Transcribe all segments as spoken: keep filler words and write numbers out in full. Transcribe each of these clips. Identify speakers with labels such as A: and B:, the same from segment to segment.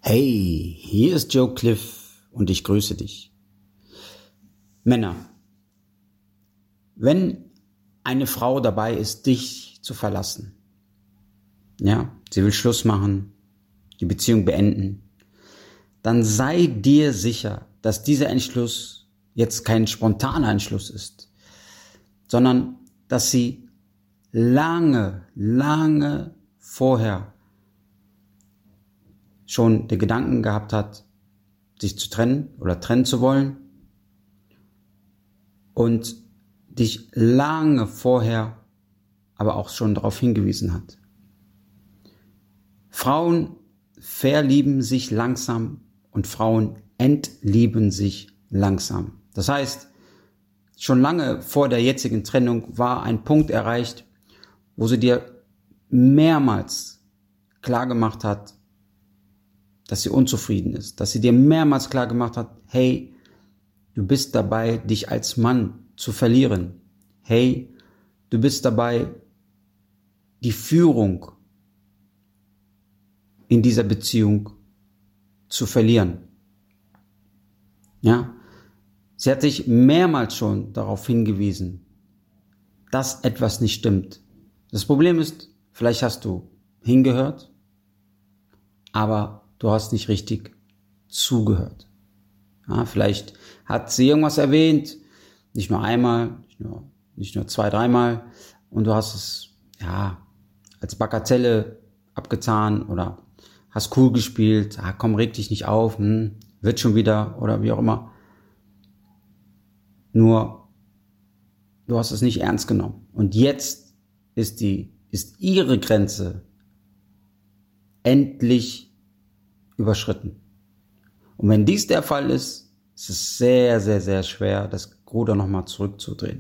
A: Hey, hier ist Joe Cliff und ich grüße dich. Männer, wenn eine Frau dabei ist, dich zu verlassen, ja, sie will Schluss machen, die Beziehung beenden, dann sei dir sicher, dass dieser Entschluss jetzt kein spontaner Entschluss ist, sondern dass sie lange, lange vorher schon den Gedanken gehabt hat, sich zu trennen oder trennen zu wollen und dich lange vorher aber auch schon darauf hingewiesen hat. Frauen verlieben sich langsam und Frauen entlieben sich langsam. Das heißt, schon lange vor der jetzigen Trennung war ein Punkt erreicht, wo sie dir mehrmals klargemacht hat, dass sie unzufrieden ist, dass sie dir mehrmals klar gemacht hat, hey, du bist dabei, dich als Mann zu verlieren. Hey, du bist dabei, die Führung in dieser Beziehung zu verlieren. Ja, sie hat dich mehrmals schon darauf hingewiesen, dass etwas nicht stimmt. Das Problem ist, vielleicht hast du hingehört, aber du hast nicht richtig zugehört. Ja, vielleicht hat sie irgendwas erwähnt, nicht nur einmal, nicht nur, nicht nur zwei, dreimal, und du hast es ja als Bagatelle abgetan oder hast cool gespielt, ah, komm, reg dich nicht auf, hm, wird schon wieder oder wie auch immer. Nur, du hast es nicht ernst genommen. Und jetzt ist die, ist ihre Grenze endlich überschritten. Und wenn dies der Fall ist, ist es sehr, sehr, sehr schwer, das Ruder nochmal zurückzudrehen.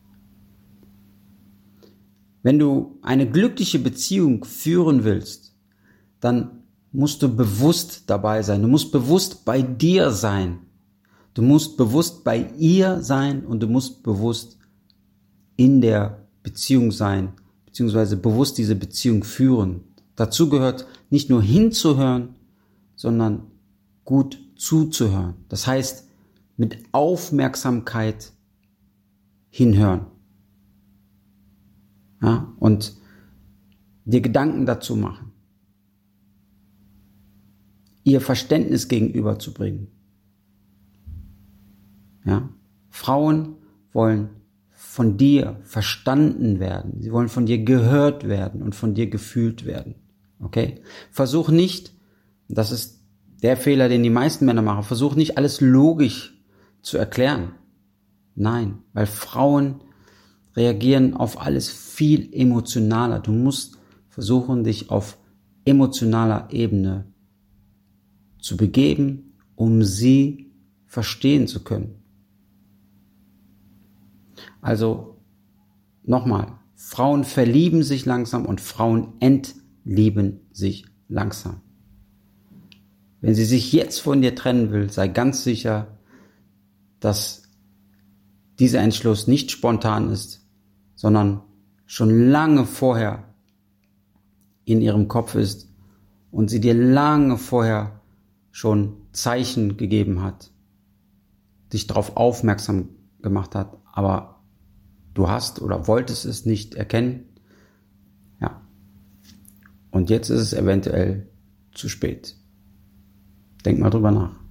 A: Wenn du eine glückliche Beziehung führen willst, dann musst du bewusst dabei sein. Du musst bewusst bei dir sein. Du musst bewusst bei ihr sein und du musst bewusst in der Beziehung sein, beziehungsweise bewusst diese Beziehung führen. Dazu gehört nicht nur hinzuhören, sondern gut zuzuhören. Das heißt, mit Aufmerksamkeit hinhören. Ja, und dir Gedanken dazu machen. Ihr Verständnis gegenüberzubringen. Ja, Frauen wollen von dir verstanden werden. Sie wollen von dir gehört werden und von dir gefühlt werden. Okay? Versuch nicht, das ist der Fehler, den die meisten Männer machen. Versuch nicht, alles logisch zu erklären. Nein, weil Frauen reagieren auf alles viel emotionaler. Du musst versuchen, dich auf emotionaler Ebene zu begeben, um sie verstehen zu können. Also, nochmal, Frauen verlieben sich langsam und Frauen entlieben sich langsam. Wenn sie sich jetzt von dir trennen will, sei ganz sicher, dass dieser Entschluss nicht spontan ist, sondern schon lange vorher in ihrem Kopf ist und sie dir lange vorher schon Zeichen gegeben hat, dich darauf aufmerksam gemacht hat, aber du hast oder wolltest es nicht erkennen. Ja. Und jetzt ist es eventuell zu spät. Denk mal drüber nach.